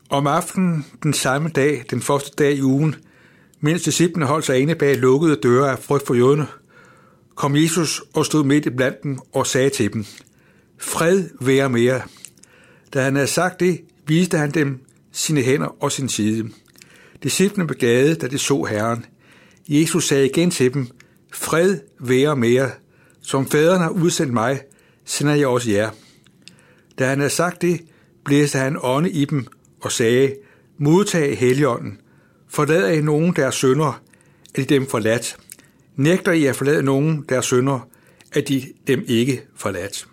Om aftenen den samme dag, den første dag i ugen, mens disciplene holdt sig inde bag lukkede døre af frygt for jøderne, kom Jesus og stod midt i blandt dem og sagde til dem: Fred være med jer. Da han havde sagt det, viste han dem sine hænder og sin side. Disciplene blev glade, da de så Herren. Jesus sagde igen til dem: Fred være med jer. Som faderen har udsendt mig, sender jeg også jer. Da han havde sagt det, blæste han ånde i dem og sagde: Modtag Helligånden. Forlader I nogen deres synder, er de dem forladt. Nægter I at forlade nogen deres synder, er de dem ikke forladt.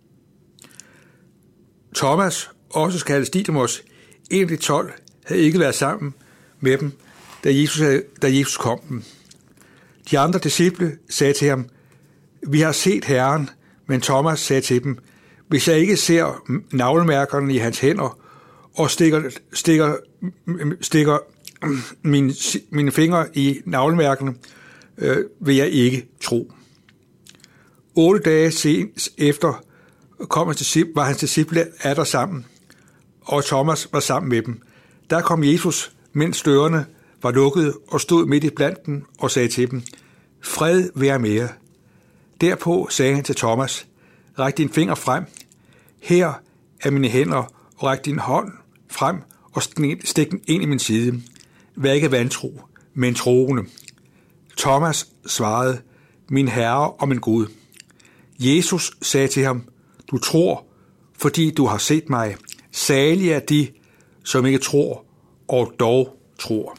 Thomas, også kaldet Didymus, en af de 12, havde ikke været sammen med dem, da Jesus kom dem. De andre disciple sagde til ham: Vi har set Herren. Men Thomas sagde til dem: Hvis jeg ikke ser navlemærkerne i hans hænder og stikker mine fingre i navlemærkerne, vil jeg ikke tro. 8 dage efter var hans disciple atter sammen, og Thomas var sammen med dem. Der kom Jesus, mens dørene var lukkede, og stod midt i blandt dem og sagde til dem: Fred være med jer. Derpå sagde han til Thomas: Ræk din finger frem. Her er mine hænder, og ræk din hånd frem og stik den ind i min side. Vær ikke vantro, men troende. Thomas svarede: Min Herre og min Gud. Jesus sagde til ham: Du tror, fordi du har set mig. Salige er de, som ikke tror, og dog tror.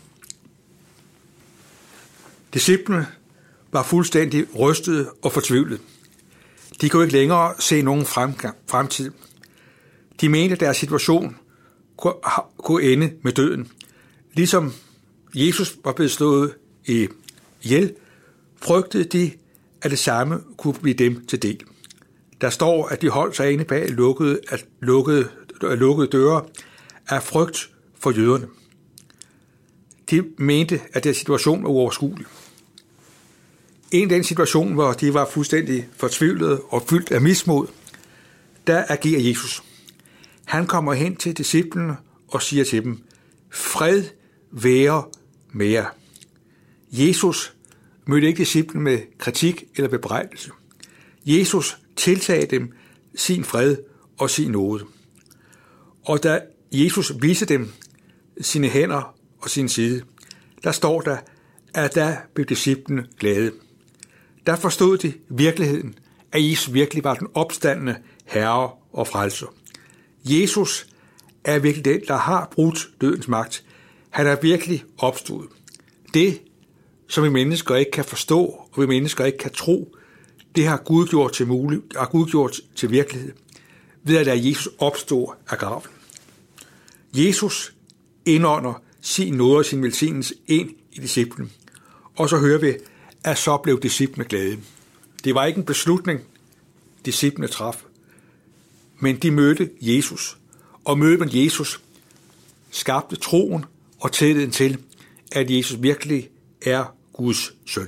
Disciplene var fuldstændig rystede og fortvivlede. De kunne ikke længere se nogen fremtid. De mente, at deres situation kunne ende med døden. Ligesom Jesus var blevet slået ihjel, frygtede de, at det samme kunne blive dem til del. Der står, at de holdt sig inde bag lukkede døre af frygt for jøderne. De mente, at deres situation var uoverskuelig. En den situation, hvor de var fuldstændig fortvivlede og fyldt af mismod, der agerer Jesus. Han kommer hen til disciplene og siger til dem: Fred være med jer. Jesus mødte ikke disciplene med kritik eller bebrejdelse. Jesus tilsagde dem sin fred og sin nåde. Og da Jesus viste dem sine hænder og sin side, der står der, at der blev disciplene glade. Der forstod de virkeligheden, at Jesus virkelig var den opstandne herre og frelser. Jesus er virkelig den, der har brudt dødens magt. Han er virkelig opstået. Det, som vi mennesker ikke kan forstå, og vi mennesker ikke kan tro, det har Gud gjort til virkelighed, ved at lade Jesus opstå af graven. Jesus indånder sin nåde og sin velsignelse ind i disciplen. Og så hører vi, at så blev disciplene glade. Det var ikke en beslutning, disciplene traf, men de mødte Jesus. Og mødet med Jesus skabte troen og tilliden til, at Jesus virkelig er Guds søn.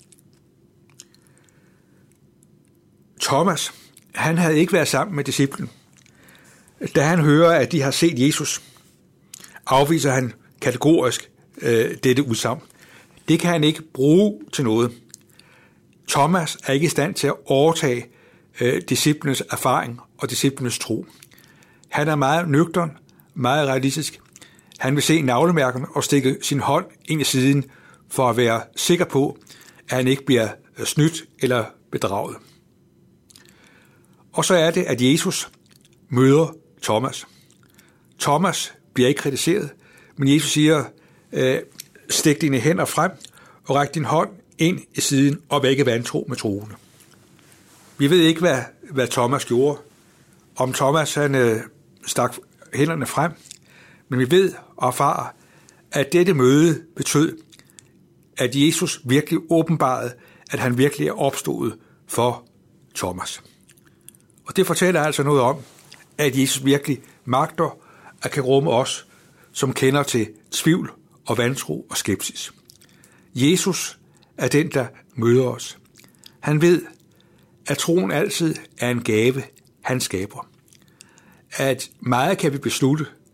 Thomas, han havde ikke været sammen med disciplen. Da han hører, at de har set Jesus, afviser han kategorisk dette udsagn. Det kan han ikke bruge til noget. Thomas er ikke i stand til at overtage disciplenes erfaring og disciplenes tro. Han er meget nøgtern, meget realistisk. Han vil se navlemærkerne og stikke sin hånd ind i siden for at være sikker på, at han ikke bliver snydt eller bedraget. Og så er det, at Jesus møder Thomas. Thomas bliver ikke kritiseret, men Jesus siger: stik dine hænder frem og ræk din hånd ind i siden og vær ikke vantro med troende. Vi ved ikke, hvad Thomas gjorde. Om Thomas han stak hænderne frem, men vi ved og erfarer, at dette møde betød, at Jesus virkelig åbenbarede, at han virkelig er opstået for Thomas. Og det fortæller altså noget om, at Jesus virkelig magter at kan rumme os, som kender til tvivl og vantro og skepsis. Jesus er den, der møder os. Han ved, at troen altid er en gave, han skaber. At meget kan vi beslutte,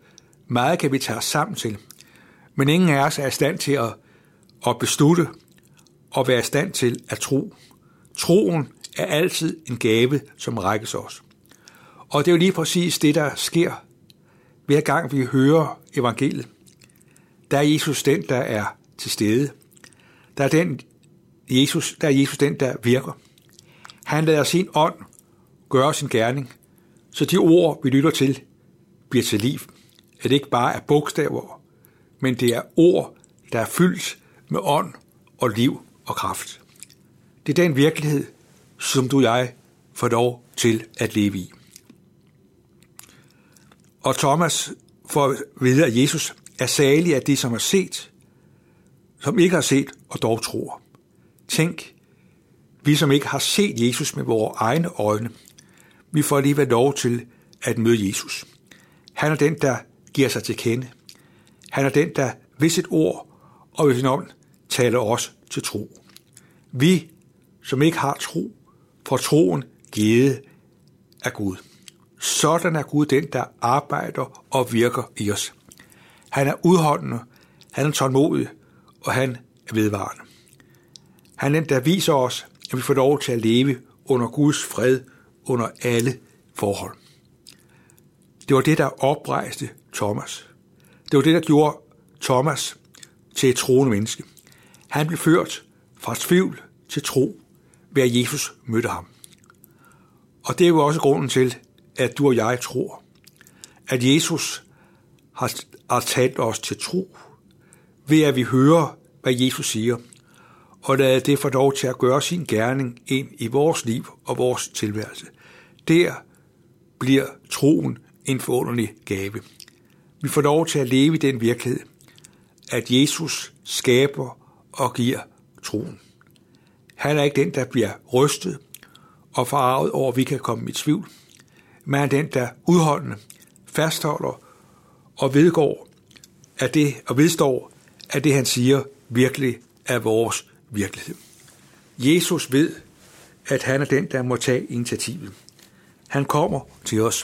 Meget kan vi tage os sammen til, men ingen af os er i stand til at beslutte og være i stand til at tro. Troen er altid en gave, som rækkes os. Og det er jo lige præcis det, der sker, hver gang vi hører evangeliet. Der er Jesus den, der er til stede. Der er Jesus den, der virker. Han lader sin ånd gøre sin gerning, så de ord, vi lytter til, bliver til liv. At det ikke bare er bogstaver, men det er ord, der er fyldt med ånd og liv og kraft. Det er den virkelighed, som du og jeg får lov til at leve i. Og Thomas får at vide, at Jesus er salig af de, som har set, som ikke har set og dog tror. Tænk, vi som ikke har set Jesus med vores egne øjne, vi får alligevel lov til at møde Jesus. Han er den, der giver sig til kende. Han er den, der ved sit ord og ved sin ånd taler os til tro. Vi, som ikke har tro, får troen givet af Gud. Sådan er Gud den, der arbejder og virker i os. Han er udholdende, han er tålmodig, og han er vedvarende. Han er den, der viser os, at vi får lov til at leve under Guds fred under alle forhold. Det var det, der oprejste Thomas. Det var det, der gjorde Thomas til et troende menneske. Han blev ført fra tvivl til tro, ved at Jesus mødte ham. Og det er jo også grunden til, at du og jeg tror, at Jesus har talt os til tro, ved at vi hører, hvad Jesus siger, og lader det få lov til at gøre sin gerning ind i vores liv og vores tilværelse. Der bliver troen en forunderlig gave. Vi får lov til at leve i den virkelighed, at Jesus skaber og giver troen. Han er ikke den, der bliver rystet og forarvet over, at vi kan komme i tvivl, men han er den, der udholdende fastholder og vedgår at det, og vedstår, at det, han siger, virkelig er vores virkelighed. Jesus ved, at han er den, der må tage initiativet. Han kommer til os.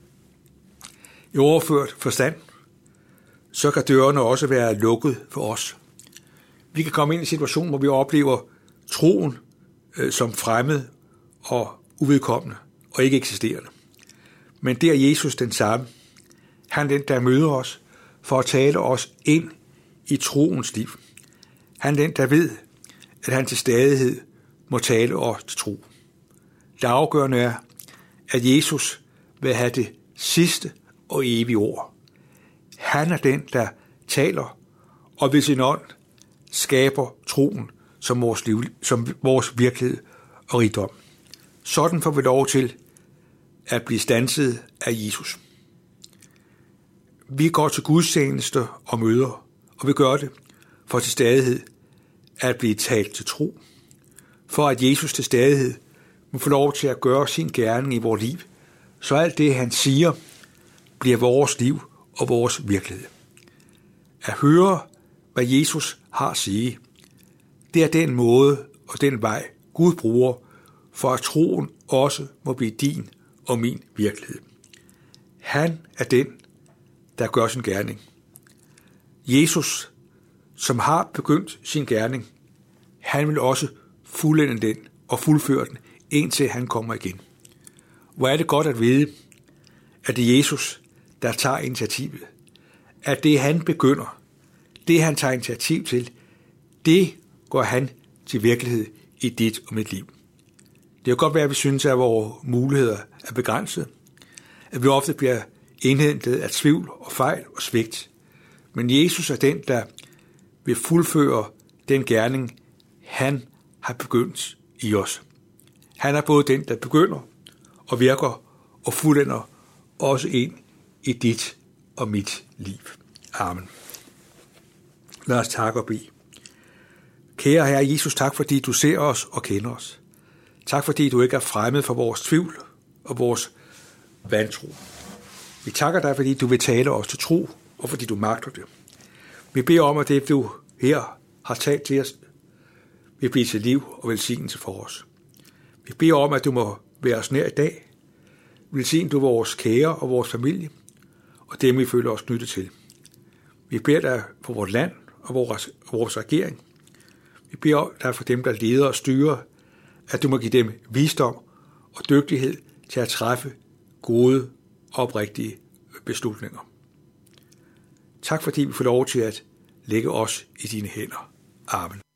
I overført forstand, så kan dørene også være lukket for os. Vi kan komme ind i en situation, hvor vi oplever troen som fremmed og uvedkommende og ikke eksisterende. Men det er Jesus den samme. Han er den, der møder os for at tale os ind i troens liv. Han er den, der ved, at han til stadighed må tale os til tro. Det afgørende er, at Jesus vil have det sidste og evige ord. Han er den, der taler og ved sin ånd skaber troen som vores liv, som vores virkelighed og rigdom. Sådan får vi lov til at blive standset af Jesus. Vi går til gudstjeneste og møder, og vi gør det for til stadighed at blive talt til tro. For at Jesus til stadighed må få lov til at gøre sin gerning i vores liv, så alt det, han siger, bliver vores liv og vores virkelighed. At høre, hvad Jesus har at sige, det er den måde og den vej, Gud bruger, for at troen også må blive din og min virkelighed. Han er den, der gør sin gerning. Jesus, som har begyndt sin gerning, han vil også fuldende den og fuldføre den, indtil han kommer igen. Hvor er det godt at vide, at det er Jesus, der tager initiativet. At det han begynder, det han tager initiativ til, det går han til virkelighed i dit og mit liv. Det kan godt være, at vi synes, at vores muligheder er begrænset, at vi ofte bliver indhentet af tvivl og fejl og svigt. Men Jesus er den, der vil fuldføre den gerning, han har begyndt i os. Han er både den, der begynder og virker og fuldender også ind i dit og mit liv. Amen. Lad os takke og bede. Kære Herre Jesus, tak fordi du ser os og kender os. Tak fordi du ikke er fremmed for vores tvivl og vores vantro. Vi takker dig, fordi du vil tale os til tro, og fordi du magter det. Vi beder om, at det du her har talt til os, vil blive til liv og velsignelse for os. Vi beder om, at du må være os nær i dag. Velsign du vores kære og vores familie, og dem vi føler os knyttet til. Vi beder dig for vores land og vores regering. Vi beder dig for dem, der leder og styrer, at du må give dem visdom og dygtighed til at træffe gode og oprigtige beslutninger. Tak fordi vi får lov til at lægge os i dine hænder. Amen.